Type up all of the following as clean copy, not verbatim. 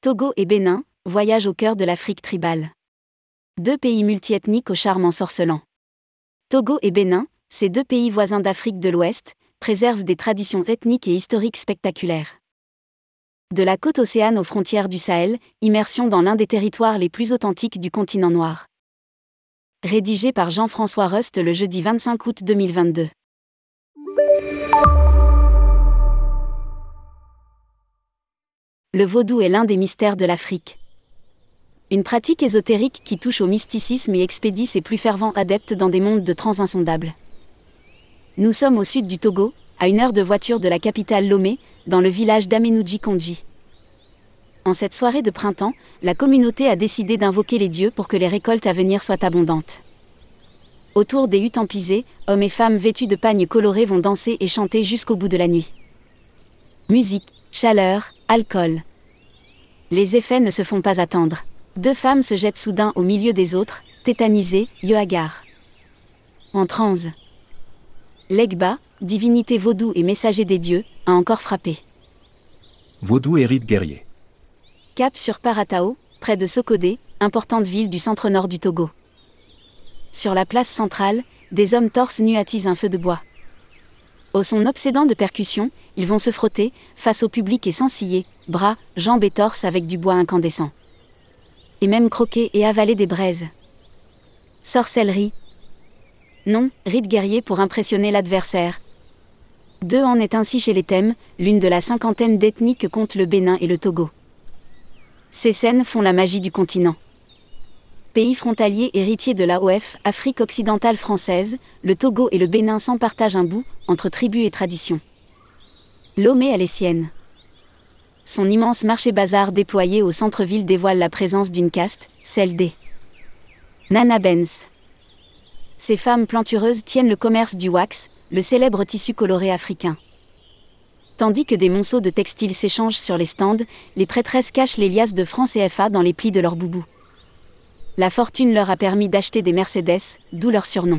Togo et Bénin, voyage au cœur de l'Afrique tribale. Deux pays multiethniques au charme ensorcelant. Togo et Bénin, ces deux pays voisins d'Afrique de l'Ouest, préservent des traditions ethniques et historiques spectaculaires. De la côte océane aux frontières du Sahel, immersion dans l'un des territoires les plus authentiques du continent noir. Rédigé par Jean-François Rust le jeudi 25 août 2022. Le vaudou est l'un des mystères de l'Afrique. Une pratique ésotérique qui touche au mysticisme et expédie ses plus fervents adeptes dans des mondes de trans insondables. Nous sommes au sud du Togo, à 1 heure de voiture de la capitale Lomé, dans le village d'Amenouji-Kondji. En cette soirée de printemps, la communauté a décidé d'invoquer les dieux pour que les récoltes à venir soient abondantes. Autour des huttes empisées, hommes et femmes vêtus de pagnes colorés vont danser et chanter jusqu'au bout de la nuit. Musique, chaleur, alcool. Les effets ne se font pas attendre. Deux femmes se jettent soudain au milieu des autres, tétanisées, yeux hagards. En transe. Legba, divinité vaudou et messager des dieux, a encore frappé. Vaudou et rite guerrier. Cap sur Paratao, près de Sokodé, importante ville du centre-nord du Togo. Sur la place centrale, des hommes torse nus attisent un feu de bois. Au son obsédant de percussion, ils vont se frotter, face au public et s'ensiller, bras, jambes et torse avec du bois incandescent. Et même croquer et avaler des braises. Sorcellerie. Non, rite guerrier pour impressionner l'adversaire. Deux en est ainsi chez les Thèmes, l'une de la cinquantaine d'ethnies que comptent le Bénin et le Togo. Ces scènes font la magie du continent. Pays frontalier héritier de l'AOF, Afrique occidentale française, le Togo et le Bénin s'en partagent un bout, entre tribus et traditions. Lomé a les siennes. Son immense marché-bazar déployé au centre-ville dévoile la présence d'une caste, celle des Nanabens. Ces femmes plantureuses tiennent le commerce du wax, le célèbre tissu coloré africain. Tandis que des monceaux de textiles s'échangent sur les stands, les prêtresses cachent les liasses de francs CFA dans les plis de leurs boubous. La fortune leur a permis d'acheter des Mercedes, d'où leur surnom.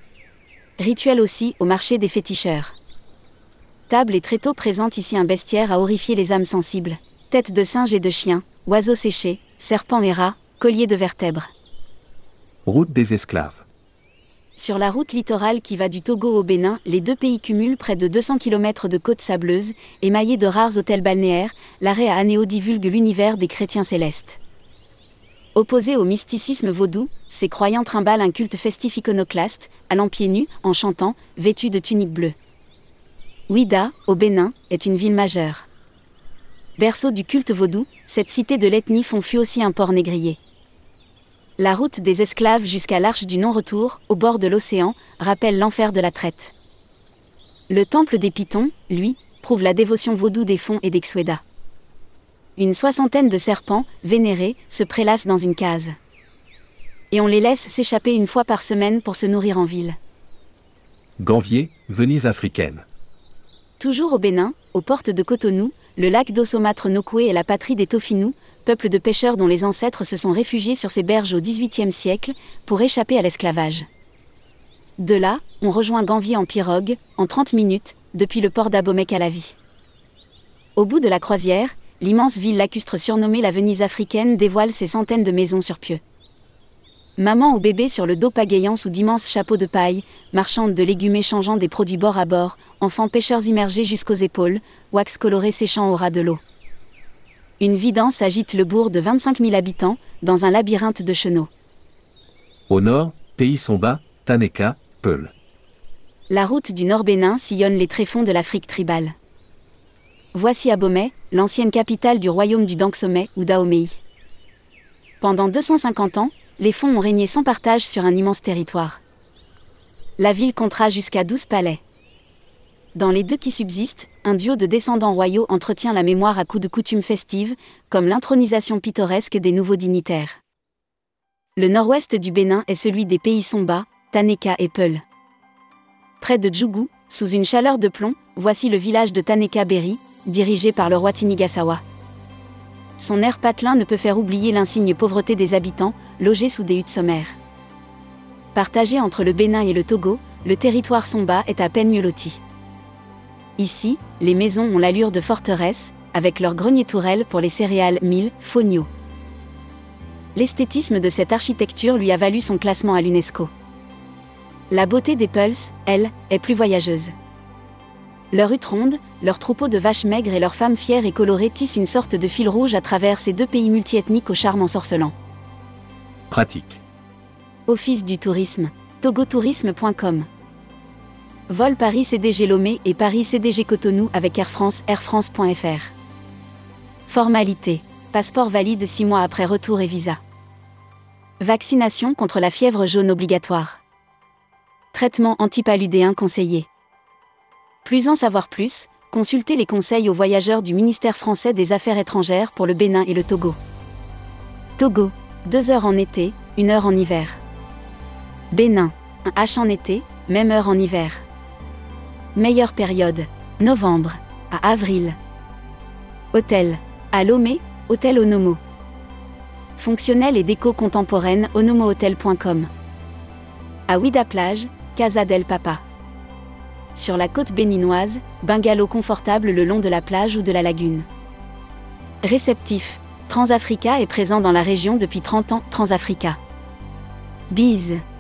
Rituel aussi au marché des féticheurs. Table et tréteaux présentent ici un bestiaire à horrifier les âmes sensibles. Têtes de singe et de chien, oiseaux séchés, serpents et rats, colliers de vertèbres. Route des esclaves. Sur la route littorale qui va du Togo au Bénin, les deux pays cumulent près de 200 km de côtes sableuses, émaillées de rares hôtels balnéaires. L'arrêt à Anéo divulgue l'univers des chrétiens célestes. Opposé au mysticisme vaudou, ces croyants trimballent un culte festif iconoclaste, allant pieds nus, en chantant, vêtus de tuniques bleues. Ouidah, au Bénin, est une ville majeure. Berceau du culte vaudou, cette cité de l'ethnie fond fut aussi un port négrier. La route des esclaves jusqu'à l'arche du non-retour, au bord de l'océan, rappelle l'enfer de la traite. Le temple des Pitons, lui, prouve la dévotion vaudou des Fonds et des Xwéda. Une 60aine de serpents, vénérés, se prélassent dans une case. Et on les laisse s'échapper une fois par semaine pour se nourrir en ville. Gambier, Venise africaine. Toujours au Bénin, aux portes de Cotonou, le lac d'Ossomatre Nokoué est la patrie des Tofinous, peuple de pêcheurs dont les ancêtres se sont réfugiés sur ces berges au XVIIIe siècle, pour échapper à l'esclavage. De là, on rejoint Gambier en pirogue, en 30 minutes, depuis le port d'Abomey-Calavi. Au bout de la croisière, l'immense ville lacustre surnommée la Venise africaine dévoile ses centaines de maisons sur pieux. Maman ou bébé sur le dos pagayant sous d'immenses chapeaux de paille, marchande de légumes échangeant des produits bord à bord, enfants pêcheurs immergés jusqu'aux épaules, wax coloré séchant au ras de l'eau. Une vie dense agite le bourg de 25 000 habitants, dans un labyrinthe de chenaux. Au nord, pays Somba, Taneka, Peul. La route du Nord-Bénin sillonne les tréfonds de l'Afrique tribale. Voici Abomey, l'ancienne capitale du royaume du Dansomé ou Dahomey. Pendant 250 ans, les Fonds ont régné sans partage sur un immense territoire. La ville comptera jusqu'à 12 palais. Dans les deux qui subsistent, un duo de descendants royaux entretient la mémoire à coups de coutumes festives, comme l'intronisation pittoresque des nouveaux dignitaires. Le nord-ouest du Bénin est celui des pays Somba, Taneka et Peul. Près de Djougou, sous une chaleur de plomb, voici le village de Taneka-Berry, dirigé par le roi Tinigasawa. Son air patelin ne peut faire oublier l'insigne pauvreté des habitants, logés sous des huttes sommaires. Partagé entre le Bénin et le Togo, le territoire Somba est à peine mieux loti. Ici, les maisons ont l'allure de forteresses, avec leur grenier tourelle pour les céréales mil, fonio. L'esthétisme de cette architecture lui a valu son classement à l'UNESCO. La beauté des Peuls, elle, est plus voyageuse. Leur hutte ronde, leurs troupeaux de vaches maigres et leurs femmes fières et colorées tissent une sorte de fil rouge à travers ces deux pays multiethniques au charme ensorcelant. Pratique. Office du tourisme, togotourisme.com. Vol Paris CDG Lomé et Paris CDG Cotonou avec Air France, airfrance.fr. Formalité. Passeport valide 6 mois après retour et visa. Vaccination contre la fièvre jaune obligatoire. Traitement antipaludéen conseillé. Plus en savoir plus, consultez les conseils aux voyageurs du ministère français des Affaires étrangères pour le Bénin et le Togo. Togo, 2 heures en été, 1 heure en hiver. Bénin, 1 H en été, même heure en hiver. Meilleure période, novembre, à avril. Hôtel, à Lomé, Hôtel Onomo. Fonctionnel et déco contemporaine, onomohotel.com. À Ouida Plage, Casa del Papa. Sur la côte béninoise, bungalow confortable le long de la plage ou de la lagune. Réceptif, Transafrica est présent dans la région depuis 30 ans. Transafrica. Bise.